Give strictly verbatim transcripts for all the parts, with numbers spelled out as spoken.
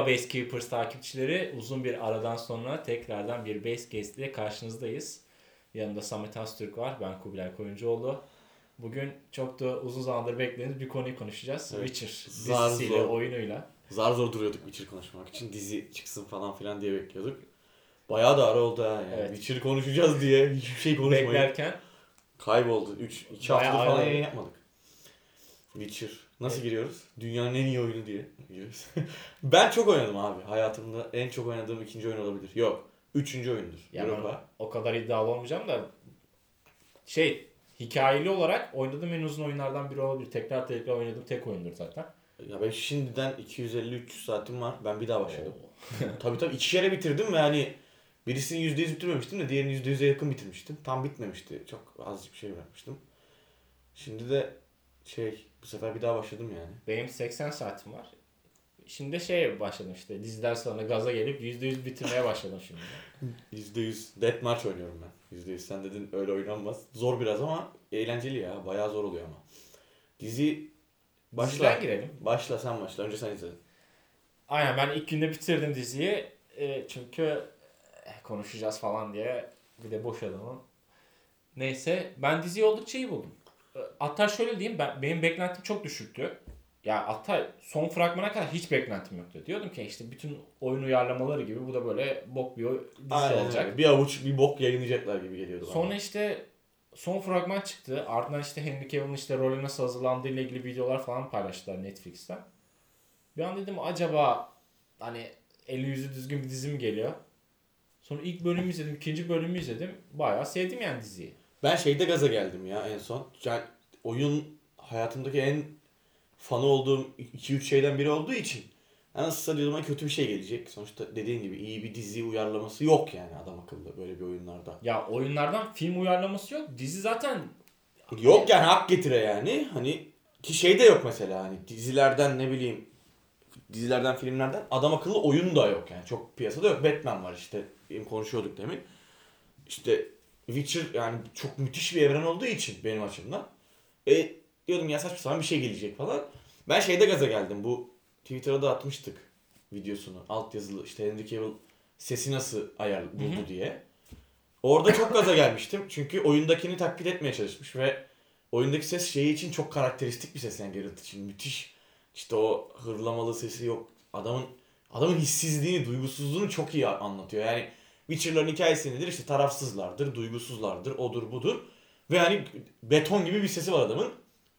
Merhaba Base Keepers takipçileri. Uzun bir aradan sonra tekrardan bir Base Guest ile karşınızdayız. Yanımda Samet Astürk var. Ben Kubilay Koyuncuoğlu. Bugün çok da uzun zamandır beklediğimiz bir konuyu konuşacağız. Evet. Witcher Zar dizisiyle, zor. oyunuyla. Zar zor duruyorduk Witcher konuşmak için. Dizi çıksın falan filan diye bekliyorduk. Bayağı da ara oldu ha yani. Evet. Witcher konuşacağız diye hiçbir şey konuşmayıp beklerken kayboldu. üç iki hafta falan yayın yapmadık. Witcher. Nasıl evet. giriyoruz? Dünyanın en iyi oyunu diye giriyoruz. Ben çok oynadım abi. Hayatımda en çok oynadığım ikinci oyun olabilir. Yok. Üçüncü oyundur. Yani o kadar iddialı olmayacağım da şey hikayeli olarak oynadığım en uzun oyunlardan biri olabilir. Tekrar tekrar oynadığım tek oyundur zaten. Ya ben şimdiden iki yüz elli üç yüz saatim var. Ben bir daha başladım. tabii tabii iki kere bitirdim ve hani birisini yüzde yüz bitirmemiştim de diğerini yüzde yüze yakın bitirmiştim. Tam bitmemişti. Çok azıcık bir şey bırakmıştım. Şimdi de şey bu sefer bir daha başladım yani. Benim seksen saatim var. Şimdi şey başladım işte diziden sonra gaza gelip yüzde yüz bitirmeye başladım şimdi. yüzde yüz Deathmatch oynuyorum ben. yüzde yüz sen dedin öyle oynanmaz. Zor biraz ama eğlenceli ya. Bayağı zor oluyor ama. Dizi başla. Diziden girelim. Başla sen başla. Önce sen izledin. Aynen ben ilk günde bitirdim diziyi. E, çünkü konuşacağız falan diye bir de boş adamım. Neyse ben diziyi oldukça iyi buldum. Hatta şöyle diyeyim ben benim beklentim çok düşüktü. Ya hatta son fragmana kadar hiç beklentim yoktu. Diyordum ki işte bütün oyun uyarlamaları gibi bu da böyle bok bir dizi Aynen olacak. Öyle. Bir avuç bir bok yayınlayacaklar gibi geliyordu bana. Sonra işte son fragman çıktı. Ardından işte Henry Cavill'in işte rolü nasıl hazırlandığı ile ilgili videolar falan paylaştılar Netflix'ten. Bir an dedim acaba hani eli yüzü düzgün bir dizi mi geliyor? Sonra ilk bölümü izledim, ikinci bölümü izledim. Bayağı sevdim yani diziyi. Ben şeyde gaza geldim ya en son. Yani oyun hayatımdaki en fanı olduğum iki üç şeyden biri olduğu için nasılsa diyordum kötü bir şey gelecek. Sonuçta dediğin gibi iyi bir dizi uyarlaması yok yani adam akıllı böyle bir oyunlarda. Ya oyunlardan film uyarlaması yok. Dizi zaten yok yani hak getire yani. Hani ki şey de yok mesela hani dizilerden ne bileyim dizilerden filmlerden adam akıllı oyun da yok yani. Çok piyasada yok. Batman var işte. Benim konuşuyorduk demin. İşte Witcher yani çok müthiş bir evren olduğu için benim açımdan. E diyordum ya saçma sapan bir şey gelecek falan. Ben şeyde gaza geldim. Bu Twitter'da da atmıştık videosunu. Alt yazılı işte Henry Cavill sesi nasıl ayar buldu Hı-hı. diye. Orada çok gaza gelmiştim. Çünkü oyundakini taklit etmeye çalışmış ve oyundaki ses şeyi için çok karakteristik bir ses yani Geralt için. Müthiş. İşte o hırlamalı sesi yok. Adamın adamın hissizliğini, duygusuzluğunu çok iyi anlatıyor. Yani Witcher'ların hikayesi nedir? İşte tarafsızlardır, duygusuzlardır, odur budur. Ve hani beton gibi bir sesi var adamın.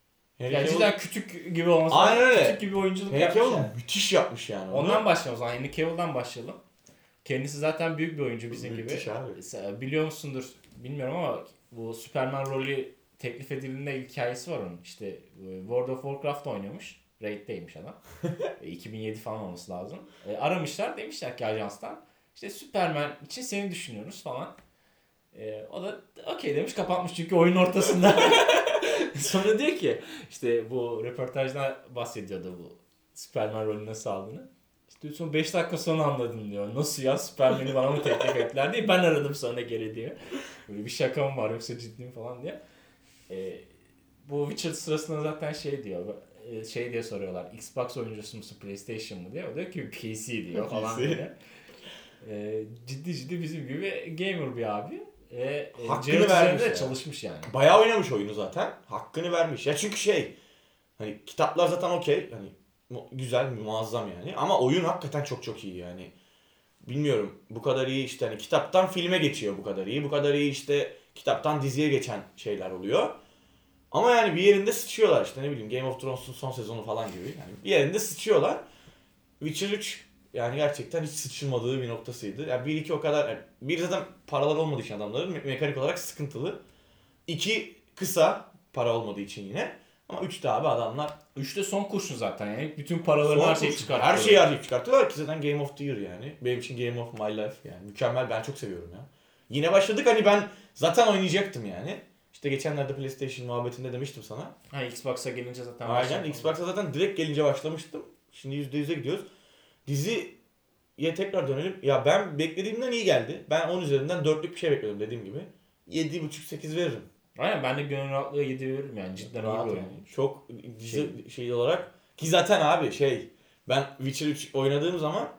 Yani cidden kütük gibi olması Aynen öyle. Kütük gibi oyunculuk Henry yapmış Cavill yani. müthiş yapmış yani onu. Ondan başlayalım o zaman. Henry Cavill'dan başlayalım. Kendisi zaten büyük bir oyuncu bizim müthiş gibi. Abi. Biliyor musundur bilmiyorum ama bu Superman rolü teklif edildiğinde hikayesi var onun. İşte World of Warcraft oynuyormuş. Raid'deymiş adam. iki bin yedi falan olması lazım. E, aramışlar demişler ki ajanstan. İşte Superman için seni düşünüyoruz falan. E, o da okey demiş kapatmış çünkü oyun ortasında. Sonra diyor ki işte bu röportajda bahsediyordu bu Superman rolünü nasıl aldığını. İşte son beş dakika sonra anladım diyor. Nasıl ya Superman'i bana mı teklif ettiler diye ben aradım sonra geri diyor. Böyle bir şaka mı var yoksa ciddi mi falan diye. E, bu Witcher sırasında zaten şey diyor. Şey diye soruyorlar. Xbox oyuncusu musun PlayStation mı diye. O diyor ki P C diyor falan diye. E, ciddi ciddi bizim gibi gamer bir abi. E, Hakkını vermiş de ya. Çalışmış yani. Bayağı oynamış oyunu zaten. Hakkını vermiş. Ya çünkü şey hani kitaplar zaten okey. Hani güzel, muazzam yani. Ama oyun hakikaten çok çok iyi yani. Bilmiyorum bu kadar iyi işte hani kitaptan filme geçiyor bu kadar iyi. Bu kadar iyi işte kitaptan diziye geçen şeyler oluyor. Ama yani bir yerinde sıçıyorlar işte ne bileyim Game of Thrones'un son sezonu falan gibi. Yani bir yerinde sıçıyorlar. Witcher üç yani gerçekten hiç sıçılmadığı bir noktasıydı. Yani bir iki o kadar yani bir zaten paralar olmadığı için adamların me- mekanik olarak sıkıntılı. İki kısa para olmadığı için yine. Ama üçte abi adamlar üçte son kurşun zaten yani bütün paralarını her şeyi çıkartıyorlar. Her şeyi harcayıp çıkartıyorlar ki zaten Game of the Year yani. Benim için Game of My Life yani. Mükemmel ben çok seviyorum ya. Yine başladık hani ben zaten oynayacaktım yani. İşte geçenlerde PlayStation muhabbetinde demiştim sana. Ha Xbox'a gelince zaten Aynen Xbox'a zaten direkt gelince başlamıştım. Şimdi yüzde yüze gidiyoruz. Diziye tekrar dönelim. Ya ben beklediğimden iyi geldi. Ben on üzerinden dörtlük bir şey bekliyordum dediğim gibi. yedi buçuk sekiz veririm. Aynen ben de gönül rahatlığı yedi veririm yani cidden iyi bir oyun. Çok dizi şey. şey olarak ki zaten abi şey Ben Witcher üç oynadığım zaman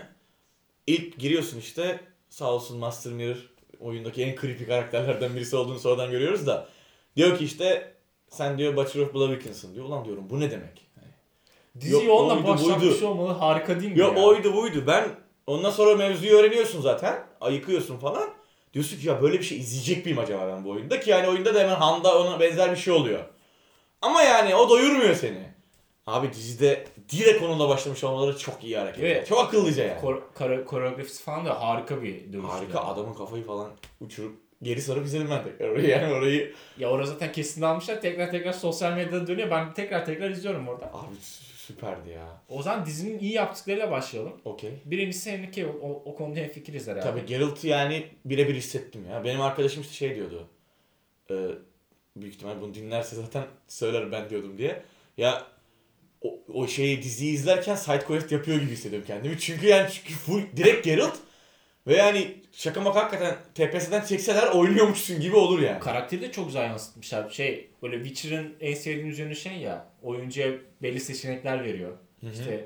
ilk giriyorsun işte, sağ olsun Master Mirror oyundaki en creepy karakterlerden birisi olduğunu sonradan görüyoruz da. Diyor ki işte sen diyor Butcher of Blaviken'sın diyor. Ulan diyorum bu ne demek? Diziyi Yok, onunla oydu, başlatmış buydu. olmalı, harika değil mi Yok ya? oydu buydu. Ben ondan sonra mevzuyu öğreniyorsun zaten. Ayıkıyorsun falan. Diyorsun ki ya böyle bir şey izleyecek miyim acaba ben bu oyunda? Ki yani oyunda da hemen Han'da ona benzer bir şey oluyor. Ama yani o doyurmuyor seni. Abi dizide direkt onunla başlamış olmaları çok iyi hareket. Evet. Çok akıllıca yani. Kore- kore- koreografisi falan da harika bir dövüş. Harika, adamın kafayı falan uçurup geri sarıp izledim ben tekrar orayı yani orayı. Ya orada zaten kesin almışlar, tekrar tekrar sosyal medyada dönüyor. Ben tekrar tekrar izliyorum orada. Abi sü- süperdi ya. O zaman dizinin iyi yaptıklarıyla başlayalım. Okey. Birincisi Henry Cavill, o, o konuda hemfikiriz herhalde. Tabii Geralt'ı yani birebir hissettim ya. Benim arkadaşım işte şey diyordu. E, büyük ihtimal bunu dinlerse zaten söylerim ben diyordum diye. Ya o, o şeyi diziyi izlerken side quest yapıyor gibi hissediyorum kendimi. Çünkü yani çünkü full direkt Geralt ve yani şaka maka hakikaten T P S'den çekseler oynuyormuşsun gibi olur yani. Karakteri de çok güzel yansıtmışlar. Şey, böyle Witcher'ın en sevdiğimiz yönü şey ya, oyuncuya belli seçenekler veriyor. Hı hı. İşte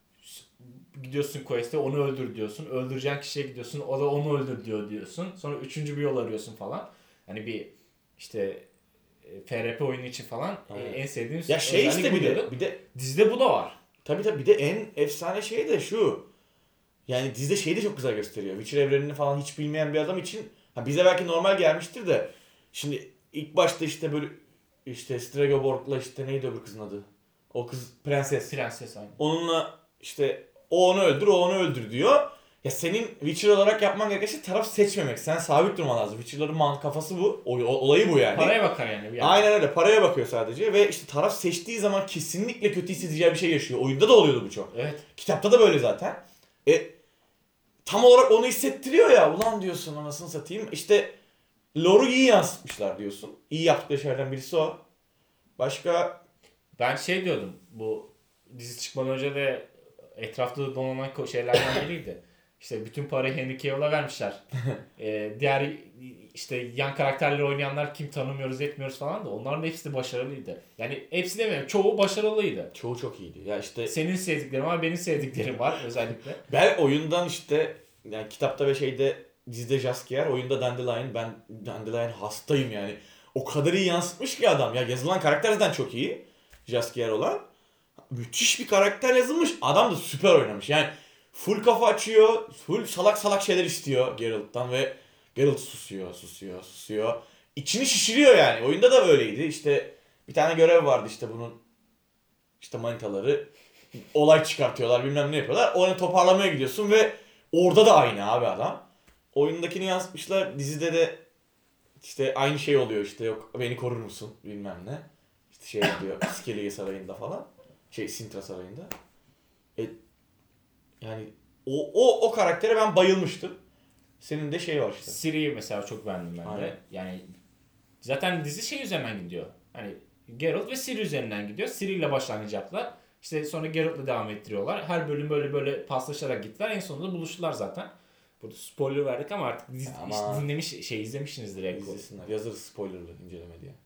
gidiyorsun quest'e, onu öldür diyorsun. Öldüreceğin kişiye gidiyorsun, o da onu öldür diyor diyorsun. Sonra üçüncü bir yol arıyorsun falan. Hani bir işte e, F R P oyunu için falan e, Aynen. en sevdiğimiz Ya şey özellik işte bu bir de diyordu. bir de Dizide bu da var. tabii tabii bir de en efsane şey de şu. Yani dizide şeyi de çok güzel gösteriyor. Witcher evrenini falan hiç bilmeyen bir adam için ha bize belki normal gelmiştir de şimdi ilk başta işte böyle işte Stregobord'la işte neydi öbür kızın adı? O kız prenses. Prenses aynı. Onunla işte o onu öldür, o onu öldür diyor. Ya senin Witcher olarak yapman gereken şey taraf seçmemek. Sen sabit durman lazım. Witcher'ların man kafası bu. O, o- olayı bu yani. Paraya bakar yani. Bir Aynen öyle. Paraya bakıyor sadece ve işte taraf seçtiği zaman kesinlikle kötü hissedeceği bir şey yaşıyor. Oyunda da oluyordu bu çok. Evet. Kitapta da böyle zaten. E tam olarak onu hissettiriyor ya. Ulan diyorsun anasını satayım. İşte lore'u iyi yansıtmışlar diyorsun. İyi yaptıkları şeylerden birisi o. Başka Ben şey diyordum, bu dizi çıkmadan önce de etrafta donanan ko- şeylerden biriydi. İşte bütün parayı Henry Cavill'a vermişler. Ee, diğer işte yan karakterleri oynayanlar kim, tanımıyoruz etmiyoruz falan da onların hepsi de başarılıydı. Yani hepsi demiyorum, çoğu başarılıydı. çoğu çok iyiydi. Ya işte Senin sevdiklerin var, benim sevdiklerim var özellikle. ben oyundan işte yani kitapta ve şeyde dizide Jaskier, oyunda Dandelion. Ben Dandelion hastayım yani. O kadar iyi yansıtmış ki adam. Ya yazılan karakter zaten çok iyi. Jaskier olan. Müthiş bir karakter yazılmış. Adam da süper oynamış. Yani full kafa açıyor. Full salak salak şeyler istiyor Geralt'tan ve Geralt susuyor, susuyor, susuyor. İçini şişiriyor yani. Oyunda da böyleydi. İşte bir tane görev vardı işte bunun işte manitaları olay çıkartıyorlar, bilmem ne yapıyorlar. Onu toparlamaya gidiyorsun ve orada da aynı abi adam. Oyundakini yansıtmışlar. Dizide de işte aynı şey oluyor işte, yok beni korur musun bilmem ne. İşte şey diyor Skellige Sarayı'nda falan. Şey Sintra Sarayı'nda. E, yani o, o, o karaktere ben bayılmıştım. Senin de şey var işte. Ciri'yi mesela çok beğendim ben de. Aynen. Yani zaten dizi şey üzerinden gidiyor. Hani Geralt ve Ciri üzerinden gidiyor. Ciri ile başlangıç yaptılar. İşte sonra Geralt'la devam ettiriyorlar. Her bölüm böyle böyle paslaşarak gittiler. En sonunda buluştular zaten. Burada spoiler verdik ama artık dizi, Ama- işte dinlemiş şey izlemişsinizdir direkt. İzlesinler. Yazarız spoilerlı inceleme diye.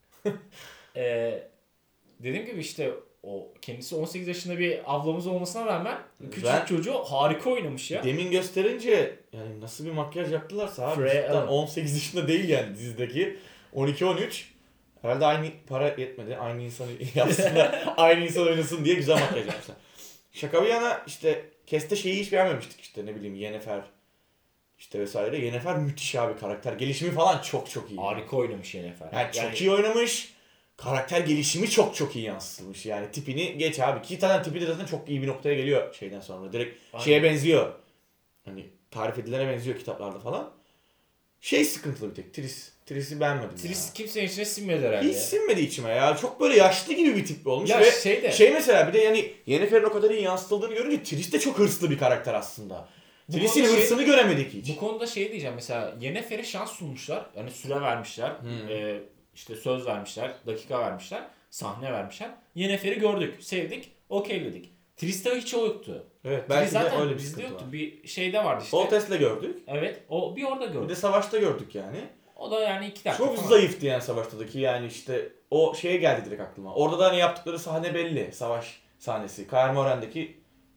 Ee, dediğim gibi işte o kendisi on sekiz yaşında bir ablamız olmasına rağmen küçük Ben- çocuğu harika oynamış ya. Demin gösterince yani nasıl bir makyaj yaptılarsa abi. Freya Cidden Allen. on sekiz yaşında değil yani dizideki. on iki on üç. Herhalde aynı para yetmedi. Aynı insanı yapsınlar. aynı insan oynasın diye güzel makyaj yapmışlar. Şaka bir yana işte Keste şeyi hiç beğenmemiştik işte ne bileyim Yennefer işte vesaire. Yennefer müthiş abi, karakter gelişimi falan çok çok iyi. Harika oynamış Yennefer. Yani çok iyi oynamış. Karakter gelişimi çok çok iyi yansıtılmış. Yani tipini geç abi. Ki tane tipi de zaten çok iyi bir noktaya geliyor şeyden sonra. Direkt Aynen. şeye benziyor. Hani tarif edilene benziyor kitaplarda falan. Şey sıkıntılı bir tek. Tris. Tris'i beğenmedim Tris ya. kimsenin içine sinmedi herhalde. Hiç sinmedi içime ya. Çok böyle yaşlı gibi bir tip olmuş. Ya ve şey de- şey mesela bir de yani Yennefer'in o kadar iyi yansıtıldığını görünce Tris de çok hırslı bir karakter aslında. Bu Tris'in konuda şey- hırsını göremedik hiç. Bu konuda şey diyeceğim, mesela Yennefer'e şans sunmuşlar. Yani süre vermişler. Hmm. Ee, işte söz vermişler. Dakika vermişler. Sahne vermişler. Yennefer'i gördük. Sevdik. Okeyledik. Tris'te hiç o yoktu. Evet Tris belki de zaten öyle bir bizde sıkıntı yoktu. var. Bir şeyde vardı işte. Voltes'le gördük. Evet. O bir orada Bir gördük. de savaşta gördük yani. O da yani iki dakika Çok falan. zayıftı yani savaştaki, yani işte o şeye geldi direkt aklıma. Orada da hani yaptıkları sahne belli. Savaş sahnesi. Kaer Morhen'deki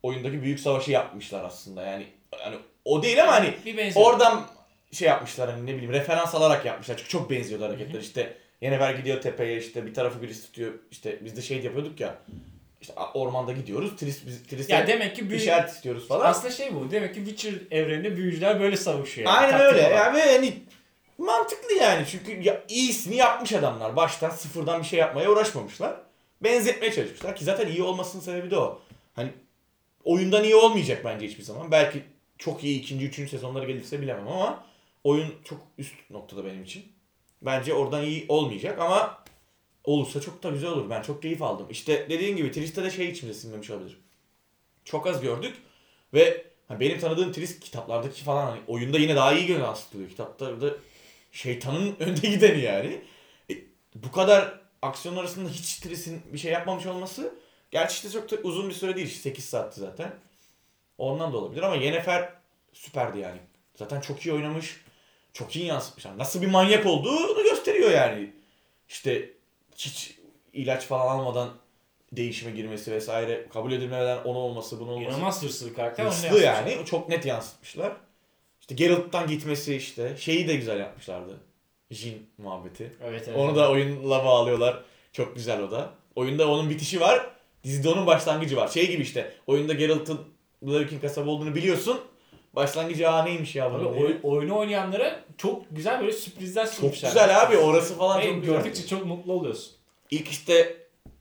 oyundaki büyük savaşı yapmışlar aslında. Yani hani o değil ama hani Bir benziyor. oradan şey yapmışlar hani ne bileyim referans alarak yapmışlar. Çünkü çok benziyordu hareketler. Hı-hı. İşte Yennefer gidiyor tepeye işte bir tarafı birisi tutuyor. İşte biz de şey yapıyorduk ya. İşte ormanda gidiyoruz. Tris biz Tris'e Ya demek ki büyü... işaret istiyoruz falan. Aslında şey bu. Demek ki Witcher evreninde büyücüler böyle savuşuyor. Yani. Aynen Taktik öyle. olarak. Yani ve hani mantıklı yani. Çünkü ya, iyisini yapmış adamlar. Baştan sıfırdan bir şey yapmaya uğraşmamışlar. Benzetmeye çalışmışlar ki zaten iyi olmasının sebebi de o. Hani oyundan iyi olmayacak bence hiçbir zaman. Belki çok iyi ikinci, üçüncü sezonları gelirse bilemem ama oyun çok üst noktada benim için. Bence oradan iyi olmayacak ama olursa çok da güzel olur. Ben çok keyif aldım. İşte dediğin gibi Trist'te de şey içimize sinmemiş olabilir. Çok az gördük ve benim tanıdığım Trist kitaplardaki falan hani oyunda yine daha iyi yansıtılıyor. Kitaplarda şeytanın önde gideni yani. E, bu kadar aksiyon arasında hiç Trist'in bir şey yapmamış olması gerçi işte çok da uzun bir süre değil. sekiz saatti zaten. Ondan da olabilir ama Yennefer süperdi yani. Zaten çok iyi oynamış. Çok iyi yansıtmış. Yani nasıl bir manyak olduğunu gösteriyor yani. İşte hiç ilaç falan almadan değişime girmesi vesaire kabul edilmeden onu olması bunu olması. İnanılmaz hırslı bir karakter. Hırslı yani. Çok net yansıtmışlar. İşte Geralt'tan gitmesi işte. Şeyi de güzel yapmışlardı. Jin muhabbeti. Evet, evet, onu evet. da oyunla bağlıyorlar. Çok güzel o da. Oyunda onun bitişi var. Dizide onun başlangıcı var. Şey gibi işte. Oyunda Geralt'ın Blaviken kasabı olduğunu biliyorsun. Başlangıcı aa neymiş ya Abi, bunu oy, oyunu oynayanlara çok güzel böyle sürprizler Çok sunmuşlar. güzel abi orası falan Ve çok güzel. gördükçe çok mutlu oluyorsun. İlk işte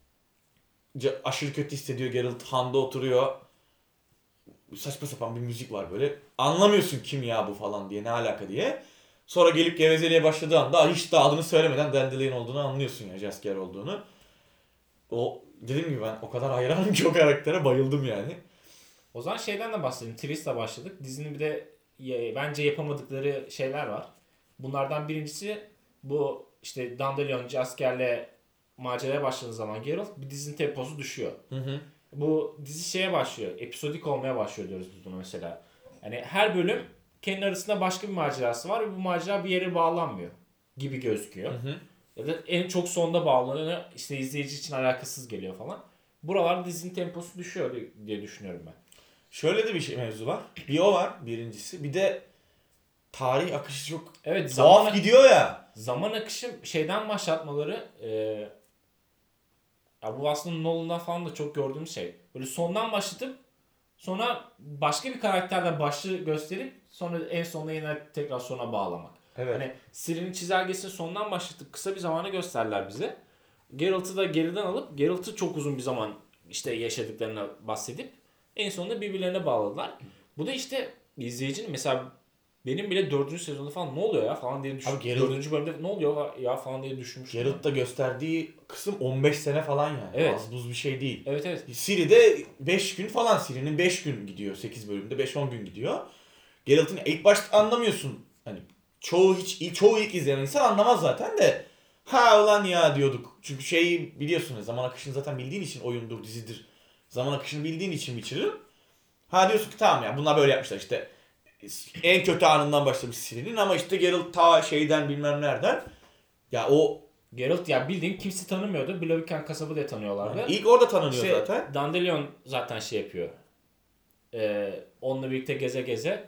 aşırı kötü hissediyor Geralt Han'da oturuyor. Saçma sapan bir müzik var böyle. Anlamıyorsun kim ya bu falan diye ne alaka diye. Sonra gelip gevezeliğe başladığı anda hiç de adını söylemeden Dandelion olduğunu anlıyorsun ya Jaskier olduğunu. O dediğim gibi ben o kadar hayranım ki o karaktere bayıldım yani. O zaman şeyden de bahsedelim. Trist'le başladık. Dizinin bir de ya, bence yapamadıkları şeyler var. Bunlardan birincisi bu işte Dandelion Jasker'le maceraya başladığı zaman Geralt bir dizinin temposu düşüyor. Hı hı. Bu dizi şeye başlıyor. Episodik olmaya başlıyor diyoruz biz buna mesela. Yani her bölüm kendi arasında başka bir macerası var ve bu macera bir yere bağlanmıyor gibi gözüküyor. Hı hı. Ya da en çok sonda bağlanıyor. İşte izleyici için alakasız geliyor falan. Buralarda dizinin temposu düşüyor diye düşünüyorum ben. Şöyle de bir şey mevzu var. Bir o var birincisi. Bir de tarih akışı çok Evet, tuhaf zaman, gidiyor ya. zaman akışı şeyden başlatmaları e, ya bu aslında Nolan'dan falan da çok gördüğüm şey. Böyle sondan başlatıp sonra başka bir karakterden başlığı gösterip sonra en sonunda yine tekrar sona bağlamak. Evet. Hani Ciri'nin çizelgesini sondan başlatıp kısa bir zamanı gösterler bize. Geralt'ı da geriden alıp Geralt'ı çok uzun bir zaman işte yaşadıklarına bahsedip en sonunda birbirlerine bağladılar. Bu da işte izleyicinin mesela benim bile dördüncü sezonda falan ne oluyor ya falan diye düşünmüştüm. Geralt- dördüncü bölümde ne oluyor ya falan diye düşünmüştüm. Geralt'ta gösterdiği kısım on beş sene falan yani. Evet. Az buz bir şey değil. Evet evet. Ciri'de beş gün falan. Ciri'nin beş gün gidiyor. sekiz bölümde beş on gün gidiyor. Geralt'ın ilk başta anlamıyorsun. Hani çoğu hiç çoğu ilk izleyen insan anlamaz zaten de. Ha ulan ya diyorduk. Çünkü şeyi biliyorsunuz zaman akışını zaten bildiğin için oyundur, dizidir. Zaman akışını bildiğin için Witcher'ın. Ha diyorsun ki tamam ya bunlar böyle yapmışlar işte. En kötü anından başlamış Ciri'nin ama işte Geralt ta şeyden bilmem nereden. Ya o Geralt ya bildiğin kimse tanımıyordu. Blaviken kasabı da tanıyorlardı. yani ilk orada tanınıyor İşte zaten. Dandelion zaten şey yapıyor. Ee, onunla birlikte geze geze.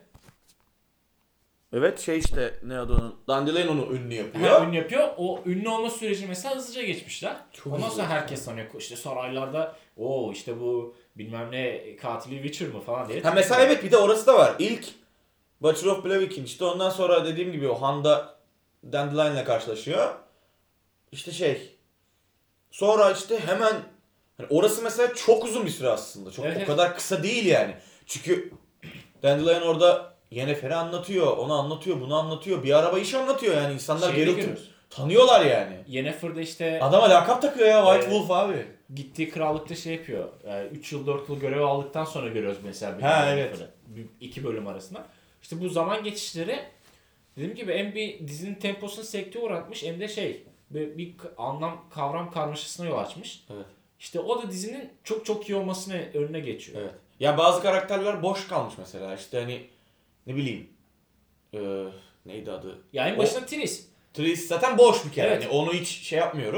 Evet şey işte ne adı onun? Dandelion onu ünlü yapıyor. Ha, ünlü yapıyor. O ünlü olma sürecini mesela hızlıca geçmişler. Çok Ondan hızlı. sonra herkes sanıyor. İşte saraylarda o işte bu bilmem ne katili Witcher mı falan diye. Ha mesela evet bir de orası da var. İlk Butcher of Blaviken işte ondan sonra dediğim gibi o Han'da Dandelion'la karşılaşıyor. İşte şey. Sonra işte hemen hani orası mesela çok uzun bir süre aslında. Çok Evet, o evet. kadar kısa değil yani. Çünkü Dandelion orada Yennefer'i anlatıyor, onu anlatıyor, bunu anlatıyor. Bir araba iş anlatıyor yani. İnsanlar Şeyde Geralt'ı görüyoruz. tanıyorlar yani. Yennefer'da işte Adama lakap takıyor ya White Evet. Wolf abi. gittiği krallıkta şey yapıyor. üç yıl dört yıl görev aldıktan sonra görüyoruz mesela. bir Ha, Yennefer'i. Bir- iki bölüm arasında. İşte bu zaman geçişleri dediğim gibi hem bir dizinin temposunu sekteye uğratmış hem de şey bir, bir anlam kavram karmaşasına yol açmış. Evet. İşte o da dizinin çok çok iyi olmasını önüne geçiyor. Evet. Ya bazı karakterler boş kalmış mesela. İşte hani ne bileyim. Ee, neydi adı? Ya en O- başında Triss. Triss zaten boş bir kere. Evet. Hani onu hiç şey yapmıyorum.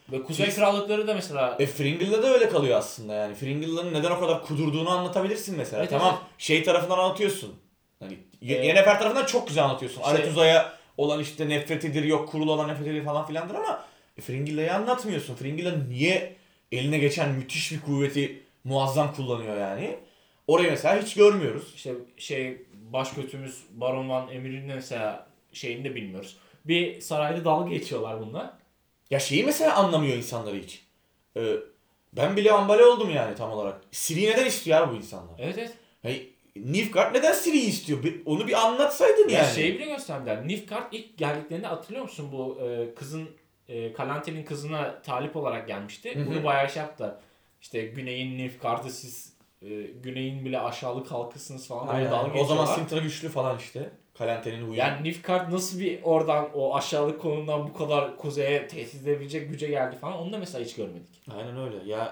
Ve Kuzey Biz- Krallıkları da mesela... E Fringle'da da öyle kalıyor aslında yani. Fringle'ların neden o kadar kudurduğunu anlatabilirsin mesela. Evet, tamam evet. şey tarafından anlatıyorsun. Hani Ee, Yennefer tarafından çok güzel anlatıyorsun. şey- Aretuza'ya olan işte nefretidir, yok kurul olan nefretidir falan filandır ama e, Fringle'yi anlatmıyorsun. Fringle'ın niye eline geçen müthiş bir kuvveti muazzam kullanıyor yani. Orayı mesela hiç görmüyoruz. İşte şey başkötümüz Baron Van Emir'in mesela şeyini de bilmiyoruz. Bir sarayda dalga geçiyorlar bunlar. Ya şeyi mesela anlamıyor insanları hiç. Ee, ben bile ambale oldum yani tam olarak. Ciri'yi neden istiyor abi bu insanlar? Evet evet. Hey, Nilfgaard neden Ciri'yi istiyor? Bir- Onu bir anlatsaydın Ya yani. şey bile gösterdiler. Nilfgaard ilk geldiklerinde hatırlıyor musun bu e, kızın e, Galantel'in kızına talip olarak gelmişti. Hı hı. Bunu bayağı şey yaptı. İşte Güney'in Nilfgaard'ı siz e, Güney'in bile aşağılık halkısınız falan. Öyle Aynen. dalga O zaman geçiyorlar. Sintra güçlü falan işte. Kalente'nin huyu. Yani Nilfgaard nasıl bir oradan o aşağılık konumdan bu kadar kuzeye tehdit edebilecek güce geldi falan onu da mesela hiç görmedik. Aynen öyle. Ya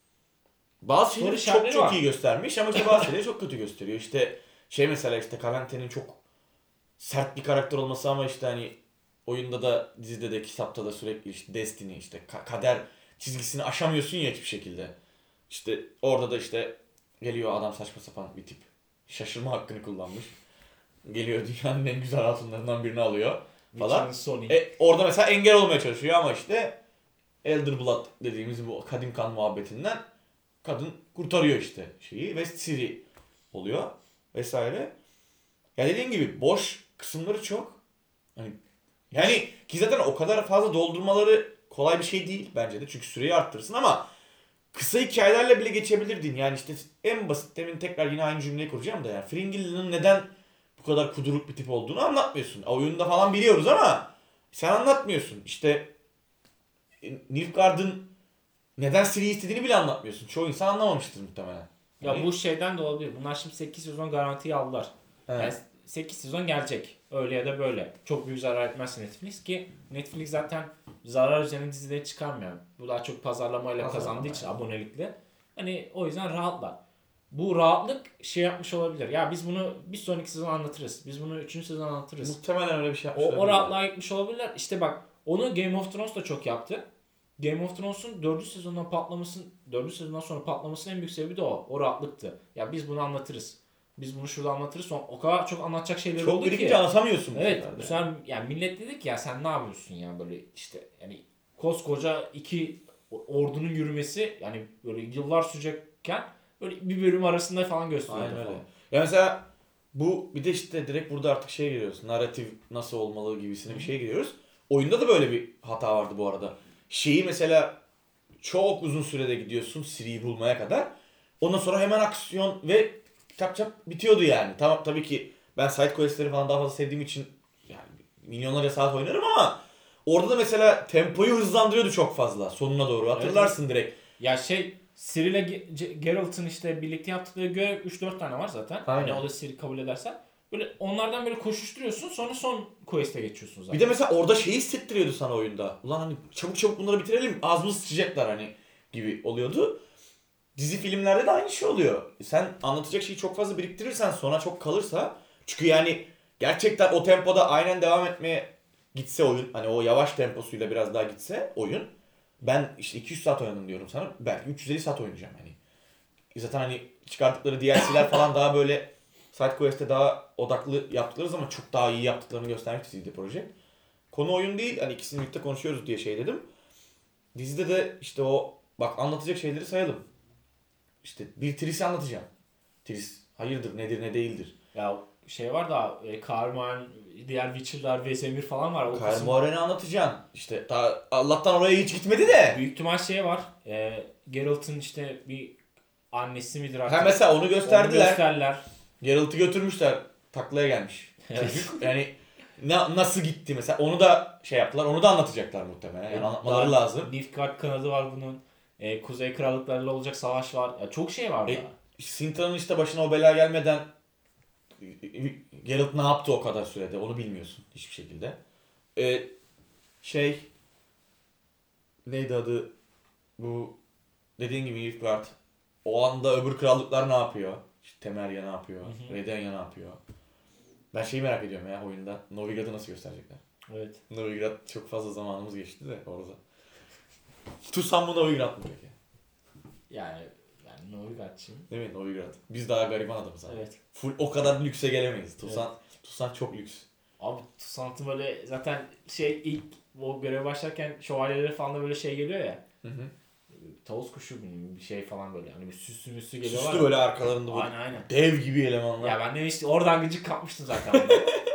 bazı şeyleri Soru çok işaretleri çok var. iyi göstermiş ama işte bazı şeyleri çok kötü gösteriyor. İşte şey mesela işte Kalente'nin çok sert bir karakter olması ama işte hani oyunda da dizide de kitapta da sürekli işte Destiny işte ka- kader çizgisini aşamıyorsun ya hiçbir şekilde. İşte orada da işte geliyor adam saçma sapan bir tip. Şaşırma hakkını kullanmış. Geliyor dünyanın en güzel altınlarından birini alıyor falan. Witcher'ın Sony. E, orada mesela engel olmaya çalışıyor ama işte Elder Blood dediğimiz bu kadim kan muhabbetinden kadın kurtarıyor işte şeyi ve Ciri oluyor vesaire. Ya dediğin gibi boş kısımları çok. Hani yani ki zaten o kadar fazla doldurmaları kolay bir şey değil bence de. Çünkü süreyi arttırırsın ama kısa hikayelerle bile geçebilirdin. Yani işte en basit demin tekrar yine aynı cümleyi kuracağım da yani Fringilla'nın neden bu kadar kuduruk bir tip olduğunu anlatmıyorsun. Oyunda falan biliyoruz ama sen anlatmıyorsun. İşte e, Nilfgaard'ın neden Ciri'yi istediğini bile anlatmıyorsun. Çoğu insan anlamamıştır muhtemelen. Ya Yani- bu şeyden de olabilir. Bunlar şimdi sekiz sezon garantiyi aldılar. Evet. Yani sekiz sezon gelecek. Öyle ya da böyle. Çok büyük zarar etmezse Netflix ki Netflix zaten zarar üzerine dizileri çıkarmıyor. Bu daha çok pazarlamayla Pazarlama, kazandığı için evet. abonelikle. Hani o yüzden rahatlar. Bu rahatlık şey yapmış olabilir. Ya biz bunu bir sonraki sezon anlatırız. Biz bunu üçüncü sezon anlatırız. Muhtemelen öyle bir şey O, yapmışlar. o rahatlığa gitmiş olabilirler. İşte bak onu Game of Thrones da çok yaptı. Game of Thrones'un dördüncü sezondan patlamasının dördüncü sezondan sonra patlamasının en büyük sebebi de o. O rahatlıktı. Ya biz bunu anlatırız. Biz bunu şurada anlatırız. Sonra o kadar çok anlatacak şeyler Çok oldu ki. birikince anlatamıyorsun bu Evet. sefer de. Bu sefer yani millet dedik ya sen ne yapıyorsun ya böyle işte yani koskoca iki ordunun yürümesi yani böyle yıllar sürecekken böyle bir bölüm arasında falan gösteriyordu Aynen öyle. falan. Ya mesela bu bir de işte direkt burada artık şey giriyoruz. Narratif nasıl olmalı gibisine bir şey giriyoruz. Oyunda da böyle bir hata vardı bu arada. Şeyi mesela çok uzun sürede gidiyorsun Ciri'yi bulmaya kadar. Ondan sonra hemen aksiyon ve çap çap bitiyordu yani. Tamam tabii ki ben side quest'leri falan daha fazla sevdiğim için yani milyonlarca saat oynarım ama orada da mesela tempoyu hızlandırıyordu çok fazla sonuna doğru. Hatırlarsın direkt. Ya şey Ciri ile Ge- Ge- Geralt'ın işte birlikte yaptıkları görev üç dört tane var zaten. Aynen. Hani o da Ciri kabul edersen. Böyle onlardan böyle koşuşturuyorsun sonra son quest'e geçiyorsun zaten. Bir de mesela orada şeyi hissettiriyordu sana oyunda. Ulan hani çabuk çabuk bunları bitirelim ağzımızı sıçacaklar hani gibi oluyordu. Dizi filmlerde de aynı şey oluyor. Sen anlatacak şeyi çok fazla biriktirirsen sonra çok kalırsa çünkü yani gerçekten o tempoda aynen devam etmeye gitse oyun hani o yavaş temposuyla biraz daha gitse oyun ben işte iki yüz saat oynadım diyorum sana belki üç yüz elli saat oynayacağım hani. Zaten hani çıkarttıkları D L C'ler falan daha böyle side quest'e daha odaklı yaptıkları zaman çok daha iyi yaptıklarını göstermek C D Projekt. Konu oyun değil hani ikisini birlikte konuşuyoruz diye şey dedim. Dizide de işte o bak anlatacak şeyleri sayalım. İşte bir Tris'i anlatacağım. Tris hayırdır nedir ne değildir. Ya şey var da e, Carmen, diğer Witcher'lar, Vesemir falan var. O Kaer kısım- Morhen'i anlatacaksın. İşte ta, Allah'tan oraya hiç gitmedi de. Büyük ihtimal şey var. E, Geralt'ın işte bir annesi midir artık? Ha mesela onu Onu gösterdiler. gösterdiler. Geralt'ı götürmüşler. Taklaya gelmiş. Evet. Çocuk yani na, nasıl gitti mesela onu da şey yaptılar. Onu da anlatacaklar muhtemelen. Yani anlatmaları Daha lazım. Nilfgaard kanadı var bunun. E, Kuzey Krallıklarıyla olacak savaş var. Ya çok şey var E, daha. Sintra'nın işte başına o bela gelmeden Geralt ne yaptı o kadar sürede onu bilmiyorsun hiçbir şekilde. Ee, şey neydi adı bu dediğin gibi Nilfgaard o anda öbür krallıklar ne yapıyor? İşte Temeria ne yapıyor? Hı hı. Redenya ne yapıyor? Ben şeyi merak ediyorum ya oyunda. Novigrad'ı nasıl gösterecekler? Evet. Novigrad çok fazla zamanımız geçti de orada. Tucson mu Novigrad mı peki? Yani ben Novigradçıyım. Değil mi Novigrad? Biz daha gariban adamız abi. Evet. Full o kadar lükse gelemeyiz. Tucson, evet. Tucson çok lüks. Abi Tucson'ın böyle zaten şey ilk o göreve başlarken şövalyeleri falan da böyle şey geliyor ya. Hı hı. Tavus kuşu bir şey falan böyle. Hani bir süslü müslü geliyorlar. Süslü böyle arkalarında böyle aynen, aynen. dev gibi elemanlar. Ya ben de işte oradan gıcık kapmıştım zaten.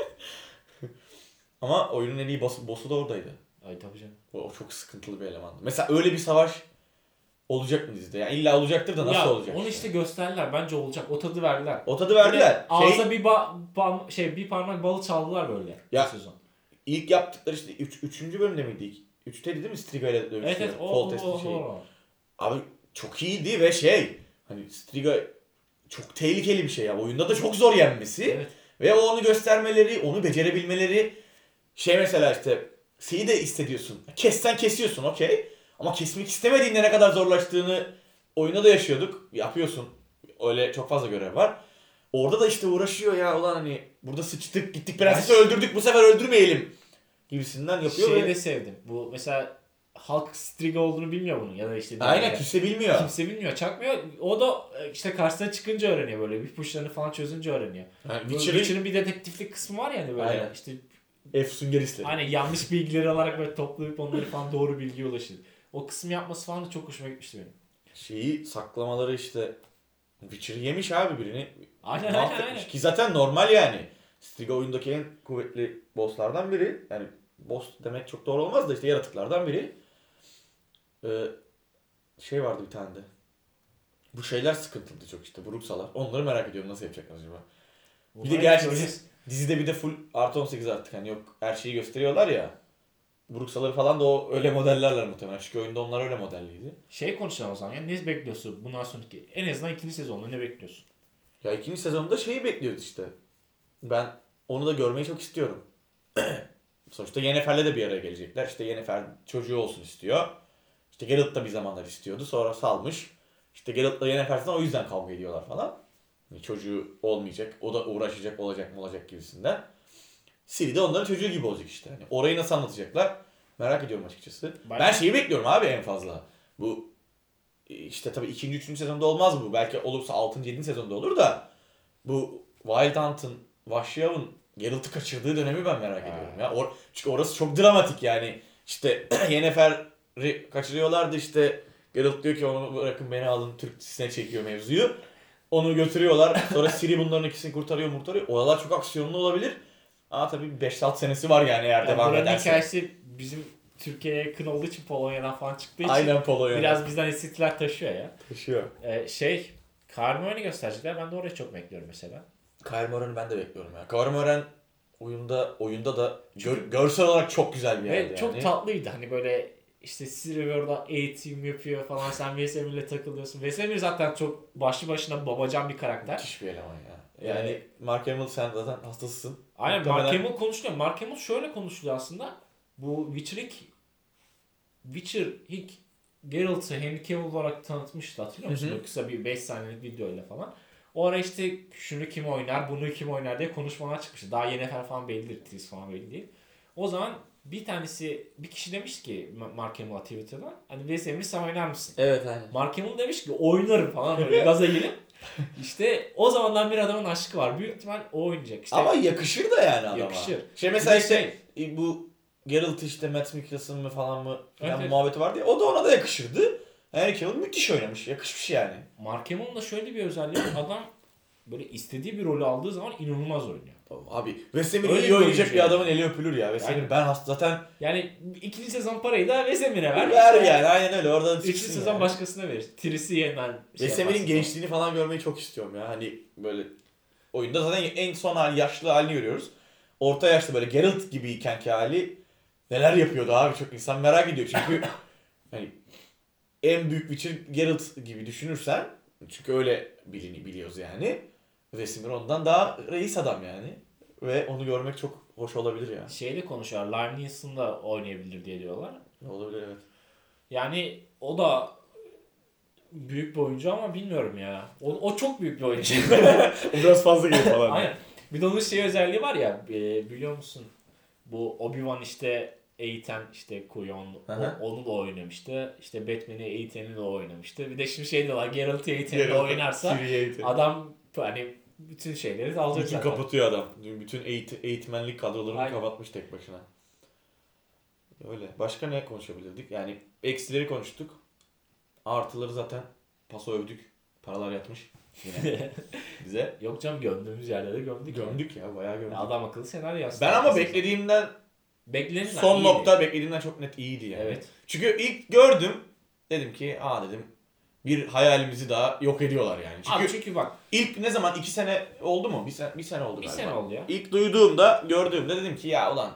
Ama oyunun en iyi boss'u, boss'u da oradaydı. Ay tabii canım. O, o çok sıkıntılı bir elemandı. Mesela öyle bir savaş olacak mı dizide? Yani illa olacaktır da nasıl ya, olacak? Onu işte gösterdiler. Bence olacak. O tadı verdiler. O tadı verdiler. Şey, ağza bir ba, ba, şey bir parmak balı çaldılar böyle. Ya, sezon. İlk yaptıkları işte üç, üçüncü bölümde miydi ilk? üçteydi değil mi? Striga ile dövüşüyor. Evet evet o, Kol o, testi o, şeyi. o. Abi çok iyiydi ve şey hani Striga çok tehlikeli bir şey ya. Oyunda da çok zor yenmesi. Evet. Ve o onu göstermeleri, onu becerebilmeleri şey mesela işte şeyi de hissediyorsun. Kessen kesiyorsun okey. Ama kesmek istemediğinde ne kadar zorlaştığını oyunda da yaşıyorduk. Yapıyorsun. Öyle çok fazla görev var. Orada da işte uğraşıyor ya ulan hani burada sıçtık gittik prensesi ben... öldürdük bu sefer öldürmeyelim gibisinden yapıyor. Şeyi ve... de sevdim. Bu mesela halk Striga olduğunu bilmiyor bunun ya da işte. Aynen kimse bilmiyor. Kimse bilmiyor. Çakmıyor. O da işte karşısına çıkınca öğreniyor böyle. Bir pushlarını falan çözünce öğreniyor. Yani Witcher'ın Witcher bir detektiflik kısmı var yani böyle. Aynen. İşte Efsun gerisleri. Aynen yanlış bilgileri alarak böyle toplayıp onları falan doğru bilgiye ulaşır. O kısmı yapması falan da çok hoşuma gitmişti benim. Şeyi saklamaları işte Witcher'ı yemiş abi birini. Aynen aynen aynen. Ki zaten normal yani. Striga oyundaki en kuvvetli bosslardan biri. Yani boss demek çok doğru olmaz da işte yaratıklardan biri. Ee, şey vardı bir tane de. Bu şeyler sıkıntılıydı çok işte. Bu Ruxalar. Onları merak ediyorum nasıl yapacaklar acaba. Bir de gerçi dizi, dizide bir de full artı on sekiz artık hani yok her şeyi gösteriyorlar ya. Bruxaları falan da o öyle modellerler muhtemelen. Çünkü oyunda onlar öyle modelliydi. Şey konuşalım o zaman ya ne bekliyorsun bundan sonraki en azından ikinci sezonda ne bekliyorsun? Ya ikinci sezonda şeyi bekliyoruz işte. Ben onu da görmeyi çok istiyorum. Sonuçta Yennefer'le de bir araya gelecekler. İşte Yennefer çocuğu olsun istiyor. İşte Geralt da bir zamanlar istiyordu. Sonra salmış. İşte Geralt'la Yennefer falan o yüzden kavga ediyorlar falan. Yani çocuğu olmayacak. O da uğraşacak olacak mı olacak gibisinden. Ciri de onların çocuğu gibi olacak işte. Yani orayı nasıl anlatacaklar? Merak ediyorum açıkçası. Ben, ben şeyi bekliyorum abi en fazla. Bu işte tabii ikinci üçüncü sezonda olmaz bu. Belki olursa altıncı yedinci sezonda olur da bu Wild Hunt'ın, Vahşi Av'ın Geralt'ı kaçırdığı dönemi ben merak ha. ediyorum ya. Or Çünkü orası çok dramatik yani. İşte Yennefer'i kaçırıyorlardı işte. Geralt diyor ki onu bırakın beni alın Türk dizisine çekiyor mevzuyu. Onu götürüyorlar. Sonra Ciri bunların ikisini kurtarıyor kurtarıyor. Oralar çok aksiyonlu olabilir. Ama tabii beş altı senesi var yani eğer yani devam ederse. Buranın hikayesi bizim Türkiye'ye yakın olduğu için Polonya'dan falan çıktığı için aynen Polonya. Biraz bizden esintiler taşıyor ya. Taşıyor. Ee, şey, Kaer Morhen'i gösterecekler. Ben de orayı çok bekliyorum mesela. Kaer Morhen'i ben de bekliyorum ya. Kaer Morhen oyunda oyunda da gör, görsel olarak çok güzel bir yerdi yani. Çok tatlıydı. Hani böyle işte Ciri orada eğitim yapıyor falan. Sen Vesemir'le takılıyorsun. Vesemir zaten çok başlı başına babacan bir karakter. Müthiş bir eleman ya. Yani ee, Mark Hamill sen zaten hastasısın. Aynen Muhtemelen... Mark Hamill konuşuluyor. Mark Hamill şöyle konuşuluyor aslında. Bu Witcher ilk Witcher ilk Geralt'ı Henry Cavill olarak tanıtmıştı hatırlıyor musun? Hı hı. Kısa bir beş saniyelik videoyla falan. O ara işte şunu kim oynar, bunu kim oynar diye konuşmalar çıkmıştı. Daha Yennefer falan bellidir, Triss falan belli değil. O zaman bir tanesi, bir kişi demiş ki Mark Hamill'a Twitter'dan hani Vesemir sen oynar mısın? Evet aynen. Mark Hamill demiş ki oynarım falan böyle gaza gelip. İşte o zamandan bir adamın aşkı var. Büyük ihtimal o oynayacak. İşte, ama yakışır da yani adama. Yakışır. Şey mesela işte şey, bu Geralt işte Matt Mikkelsen mı falan mı falan evet, muhabbeti vardı ya. O da ona da yakışırdı. Henry Cavill müthiş oynamış. Yakışmış yani. Mark Hamill'ın da şöyle bir özelliği var. Adam böyle istediği bir rolü aldığı zaman inanılmaz oynuyor. Abi Vesemir iyi oynayacak bir adamın eli öpülür ya. Vesemir yani, ben hasta zaten... Yani ikinci sezon parayı da Vesemir'e ver. Ver işte. Yani aynen öyle. Oradan üçüncü sezon yani. Başkasına verir. Triss'i yeniden şey Vesemir'in gençliğini falan görmeyi çok istiyorum ya. Hani böyle oyunda zaten en son hali, yaşlı halini görüyoruz. Orta yaşlı böyle Geralt gibiyken ki hali neler yapıyordu abi çok insan merak ediyor. Çünkü hani en büyük Witcher Geralt gibi düşünürsen çünkü öyle bilini biliyoruz yani. Vesemir ondan daha reis adam yani. Ve onu görmek çok hoş olabilir yani. Şeyle konuşuyorlar. Liam Neeson da oynayabilir diye diyorlar. Olabilir evet. Yani o da büyük bir oyuncu ama bilmiyorum ya. O, o çok büyük bir oyuncu. O biraz fazla geliyor falan. Aynen. Bir de onun şey özelliği var ya biliyor musun? Bu Obi-Wan işte eğiten işte Kuyon Aha. onu da oynamıştı. İşte Batman'i eğiteni de oynamıştı. Bir de şimdi şey diyorlar Geralt'ı eğiteni de Geralt, oynarsa Ciri eğiteni. adam hani bütün şeyleri alacak Bütün zaten. kapatıyor adam. Bütün eğit eğitmenlik kadrolarını Aynen. kapatmış tek başına. Öyle. Başka ne konuşabilirdik? Yani eksileri konuştuk. Artıları zaten paso övdük. Paralar yatmış. Yine bize. Yok canım gömdüğümüz yerlere gömdük. Gömdük ya bayağı gömdük. Ya adam akıllı senaryo yazdı. Ben ama beklediğimden Beklenir son iyiydi. nokta beklediğimden çok net iyiydi yani. Evet. Çünkü ilk gördüm dedim ki aa dedim bir hayalimizi daha yok ediyorlar yani. Çünkü, Abi çünkü bak ilk ne zaman iki sene oldu mu? Bir sene, bir sene oldu bir galiba. sene oldu ya. İlk duyduğumda gördüğümde dedim ki ya ulan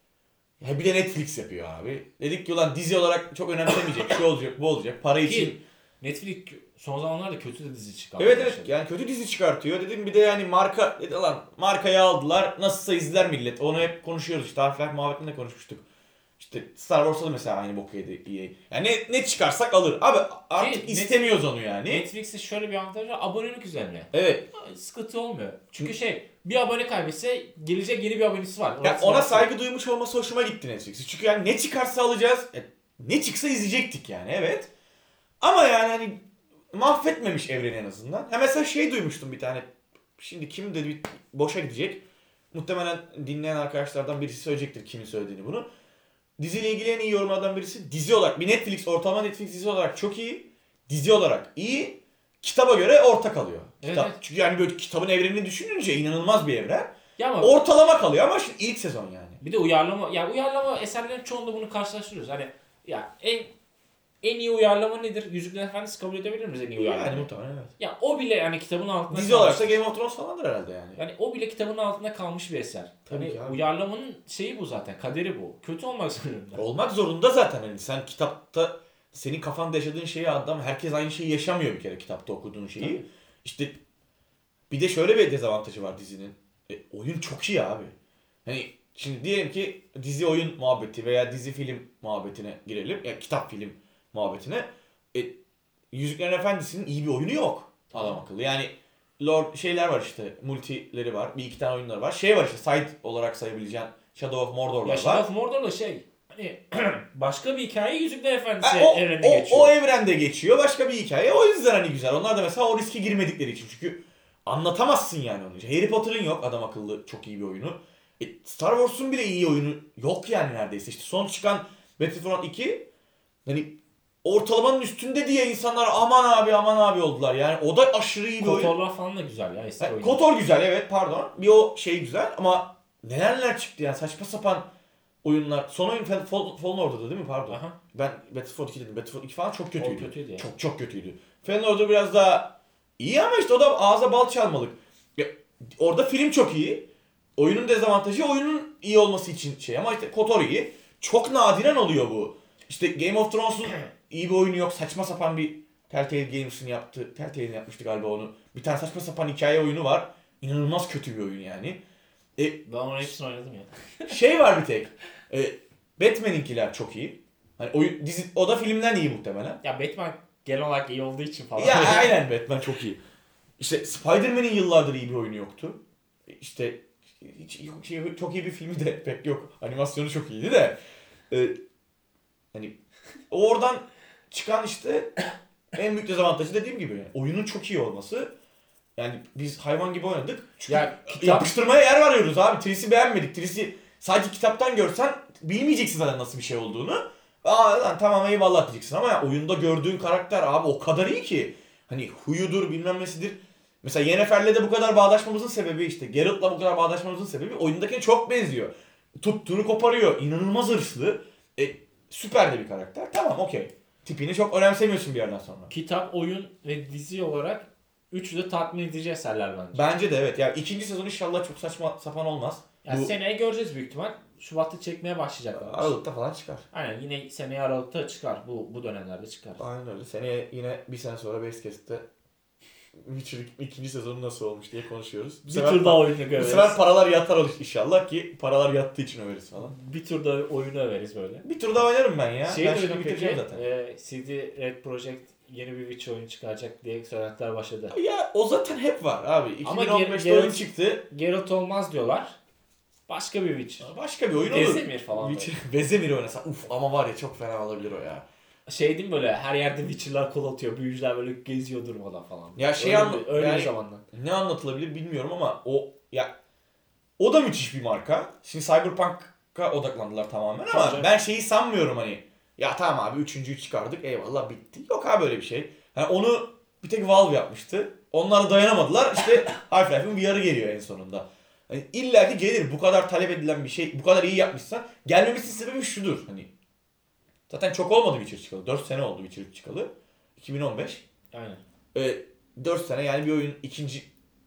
ya bir de Netflix yapıyor abi. Dedik ki ulan dizi olarak çok önemsemeyecek. Şu olacak bu olacak. Para için. Ki Netflix son zamanlarda kötü de dizi çıkardı. Evet evet yani kötü dizi çıkartıyor. Dedim bir de yani marka dedi lan markayı aldılar. Nasılsa izler millet. Onu hep konuşuyoruz işte. Harfler muhabbetinde konuşmuştuk. İşte Star Wars'ta da mesela aynı boku yedi E A. Yani ne, ne çıkarsak alır. Abi artık Ki istemiyoruz onu yani. Netflix'te şöyle bir avantajı var. Abonelik üzerine. Evet. Sıkıntı olmuyor. Çünkü şey bir abone kaybetse gelecek yeni bir abonesi var. Ya Orası ona varsa- saygı duymuş olması hoşuma gitti Netflix'in. Çünkü yani ne çıkarsa alacağız. E, ne çıksa izleyecektik yani evet. Ama yani hani mahvetmemiş evreni en azından. Ha mesela şey duymuştum bir tane. Şimdi kim dedi boşa gidecek. Muhtemelen dinleyen arkadaşlardan birisi söyleyecektir kimin söylediğini bunu. Diziyle ilgili en iyi yorumlardan birisi dizi olarak. Bir Netflix ortalama Netflix dizi olarak çok iyi. Dizi olarak iyi. Kitaba göre orta kalıyor. Evet, Kitap, evet. Çünkü yani böyle kitabın evrenini düşününce inanılmaz bir evren. Ya ama Ortalama kalıyor ama şimdi ilk sezon yani. bir de uyarlama ya uyarlama eserlerin çoğunda bunu karşılaştırıyoruz. Hani ya en en iyi uyarlama nedir? Yüzüklerin Efendisi kabul edebilir miyiz en iyi uyarlama? Yani muhtemelen evet. Ya o bile yani kitabın altında Dizi kalmış. olarak da Game of Thrones falandır herhalde yani. Yani o bile kitabın altında kalmış bir eser. Tabii hani ki abi. uyarlamanın şeyi bu zaten. Kaderi bu. Kötü olmak zorunda. Olmak zorunda zaten hani sen kitapta senin kafanda yaşadığın şeyi adam herkes aynı şeyi yaşamıyor bir kere kitapta okuduğun şeyi. Tabii. İşte bir de şöyle bir dezavantajı var dizinin. E, oyun çok iyi abi. Hani şimdi diyelim ki dizi oyun muhabbeti veya dizi film muhabbetine girelim. Ya kitap film muhabbetine. E, Yüzüklerin Efendisi'nin iyi bir oyunu yok. Adam akıllı. Yani Lord şeyler var işte. Multileri var. Bir iki tane oyunları var. Şey var işte side olarak sayabileceğin Shadow of Mordor'lar Ya var. Shadow of Mordor'da şey hani başka bir hikaye Yüzükler Efendisi Ha, o, evreninde o, geçiyor. o evrende geçiyor. Başka bir hikaye. O yüzden hani güzel. Onlar da mesela o riske girmedikleri için. Çünkü anlatamazsın yani onu. Harry Potter'ın yok adam akıllı çok iyi bir oyunu. E, Star Wars'un bile iyi oyunu yok yani neredeyse. İşte son çıkan Battlefront iki hani ortalamanın üstünde diye insanlar aman abi aman abi oldular. Yani o da aşırı iyi bir oyun. Kotorlar falan da güzel ya eski Yani oyun. Kotor güzel evet pardon. Bir o şey güzel ama neler neler çıktı yani saçma sapan oyunlar. Son oyun Fall, Fall, Fallen Order'da değil mi pardon? Aha. Ben Battlefield iki dedim. Battlefield iki falan çok O kötüydü. kötüydü ya. Çok çok kötüydü. Fallen Order biraz daha iyi ama işte o da ağza bal çalmalık. Ya, orada film çok iyi. Oyunun dezavantajı oyunun iyi olması için şey ama işte Kotor iyi. Çok nadiren oluyor bu. İşte Game of Thrones'un iyi bir oyunu yok. Saçma sapan bir Telltale Games'in yaptı. Telltale'in yapmıştı galiba onu. Bir tane saçma sapan hikaye oyunu var. İnanılmaz kötü bir oyun yani. E, Ben onun hepsini oynadım ya. şey var bir tek. E, Batman'inkiler çok iyi. Hani oyun, dizi, o da filmden iyi muhtemelen. Ya Batman genel olarak iyi olduğu için falan. Ya aynen Batman çok iyi. İşte Spider-Man'in yıllardır iyi bir oyunu yoktu. İşte hiç, hiç- çok iyi bir filmi de pek yok. Animasyonu çok iyiydi de. E, hani oradan çıkan işte en büyük dezavantajı dediğim gibi yani oyunun çok iyi olması. Yani biz hayvan gibi oynadık. Çünkü Ya kitap yapıştırmaya yer arıyoruz abi. Tris'i beğenmedik. Tris'i sadece kitaptan görsen bilmeyeceksin zaten nasıl bir şey olduğunu. Aa lan tamam eyvallah diyeceksin ama ya, oyunda gördüğün karakter abi o kadar iyi ki. Hani huyudur bilmem nesidir. Mesela Yennefer'le de bu kadar bağdaşmamızın sebebi işte Geralt'la bu kadar bağdaşmamızın sebebi oyundakine çok benziyor. Tuttuğunu koparıyor. İnanılmaz hırslı. E, süper de bir karakter. Tamam okey. Tipini çok önemsemiyorsun bir yerden sonra. kitap, oyun ve dizi olarak üçü de tatmin edici eserler bence. Bence de evet. Yani ikinci sezon inşallah çok saçma sapan olmaz. Ya Bu seneye göreceğiz büyük ihtimal. Şubat'ta çekmeye başlayacaklar. Aralıkta falan çıkar. Aynen yine seneye Aralık'ta çıkar. Bu bu dönemlerde çıkar. Aynen öyle. Seneye yine bir sene sonra Basecast'te Witcher ikinci sezonu nasıl olmuş diye konuşuyoruz. Bu Bir sefer, tur daha oyunu bu överiz. sefer paralar yatar inşallah ki paralar yattığı için överiz falan. Bir tur daha oyunu överiz böyle. Bir tur daha oynarım ben ya. Şey ben duydum şimdi peki, bitireceğim zaten. e, C D Red Project yeni bir Witcher oyunu çıkaracak diye söylentiler başladı. Ya o zaten hep var abi. Ama iki bin on beşte Geralt- oyun çıktı. Geralt olmaz diyorlar. Başka bir Witcher. Başka bir oyun olur. Vesemir falan. Witcher, Vesemir oynasa uf ama var ya çok fena olabilir o ya. Şey değil mi böyle her yerde Witcher'lar kol atıyor. Büyücüler böyle geziyor durmadan falan. Ya şey öyle, anla- bir, öyle yani, bir zamandan. Ne anlatılabilir bilmiyorum ama o ya o da müthiş bir marka. Şimdi Cyberpunk'a odaklandılar tamamen ama Tabii. ben şeyi sanmıyorum hani. Ya tamam abi üçüncüyü çıkardık eyvallah bitti. Yok abi böyle bir şey. Yani onu bir tek Valve yapmıştı. Onlar da dayanamadılar. İşte Half-Life'in V R'ı geliyor en sonunda. Hani illa ki gelir. Bu kadar talep edilen bir şey, bu kadar iyi yapmışsan gelmemesinin sebebi şudur. Hani zaten çok olmadı Witcher çıkalı. dört sene oldu Witcher çıkalı. iki bin on beş. Aynen. Ee, dört sene yani bir oyun ikinci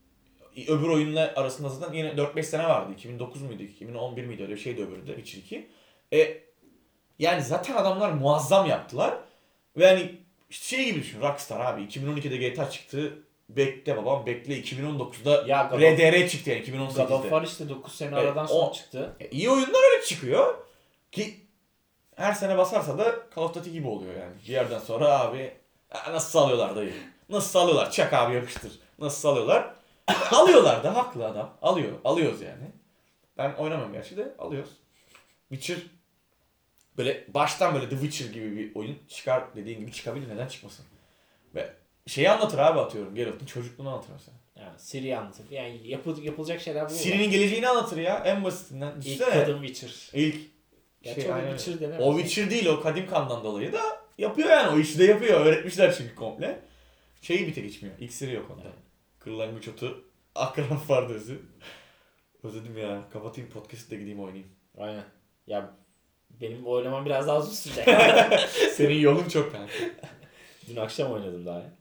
öbür oyunla arasında zaten yine dört beş sene vardı. iki bin dokuz muydu? iki bin on bir miydi? Öyle bir şeydi öbürü de Witcher iki. E, yani zaten adamlar muazzam yaptılar. Ve hani işte şey gibi düşün. Rockstar abi. iki bin on ikide G T A çıktı. Bekle babam bekle. iki bin on dokuzda Ya, R D R çıktı yani iki bin on sekizde. God of War işte dokuz sene Evet, aradan o- sonra çıktı. E, iyi oyunlar öyle çıkıyor. Ki her sene basarsa da Call of Duty gibi oluyor yani. Bir yerden sonra abi nasıl sağlıyorlar dayı? Nasıl sağlıyorlar? Çak abi yapıştır. Nasıl sağlıyorlar? Alıyorlar da haklı adam. Alıyor. Alıyoruz yani. Ben oynamam gerçi de alıyoruz. Witcher böyle baştan böyle The Witcher gibi bir oyun çıkar dediğin gibi çıkabilir. Neden çıkmasın? Ve şeyi anlatır abi atıyorum. Geralt'ın çocukluğunu anlatır mesela. Yani Ciri anlatır. Yani yapıl, yapılacak şeyler bu. Ciri'nin geleceğini anlatır ya en basitinden. İlk Düşünsene. kadın Witcher. İlk Gerçi şey, o aynen Witcher öyle. denemez. O Witcher değil o kadim kandan dolayı da yapıyor yani o işi de yapıyor. Öğretmişler çünkü komple. Şeyi bir tek içmiyor. İksiri yok onda. Yani. Kırlangıç otu. Akrap vardı özü. Özledim ya. Kapatayım podcast'ı da gideyim oynayayım. Aynen. Ya benim oynamam biraz daha uzun sürecek. Senin yolun çok kanka. Dün akşam oynadım daha. ya.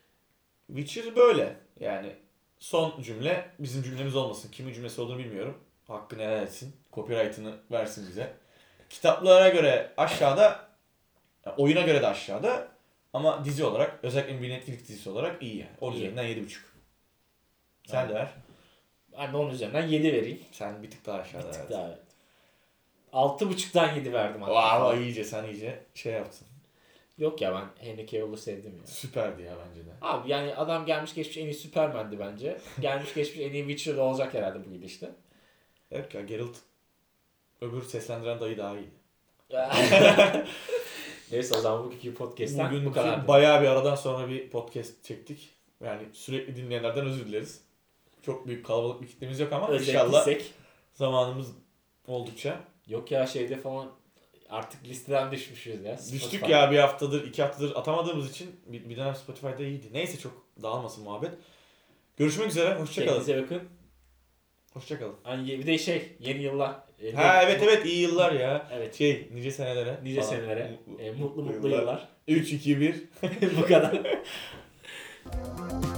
Witcher böyle. Yani son cümle bizim cümlemiz olmasın. Kimin cümlesi olduğunu bilmiyorum. Hakkını helal etsin. Copyright'ını versin bize. Kitaplara göre aşağıda, yani oyuna göre de aşağıda ama dizi olarak özellikle bir Netflix dizisi olarak iyi yani. on İyi. üzerinden yedi buçuk. Sen de ver. Ben de onun üzerinden yedi vereyim. Sen bir tık daha aşağıda Bir tık ver. daha evet. altı buçuktan yedi verdim hatta. Wow, falan. iyice sen iyice şey yaptın. Yok ya ben Henry Cavill'ı sevdim ya. Süperdi ya bence de. Abi yani adam gelmiş geçmiş en iyi Superman'di bence. Gelmiş geçmiş en iyi Witcher'da olacak herhalde bu gidişte. Evet ya Geralt öbür seslendiren dayı daha iyi. Neyse o zaman bugünkü podcast'ten Bugün bu kadar. bayağı bir aradan sonra bir podcast çektik. Yani sürekli dinleyenlerden özür dileriz. Çok büyük kalabalık bir kitlemiz yok ama inşallah Özetlisek. zamanımız oldukça. Yok ya şeyde falan artık listeden düşmüşüz ya. Düştük Spotify. ya bir haftadır, iki haftadır atamadığımız için bir, bir dönem Spotify'da iyiydi. Neyse çok dağılmasın muhabbet. Görüşmek üzere, hoşçakalın. Kendinize bakın. Hoşçakalın. Hani bir de şey yeni yıllar. E, Ha evet evet iyi yıllar ya. Evet. Şey nice senelere. Nice falan. senelere. Mutlu, E, mutlu mutlu yıllar. üç, iki, bir. Bu kadar.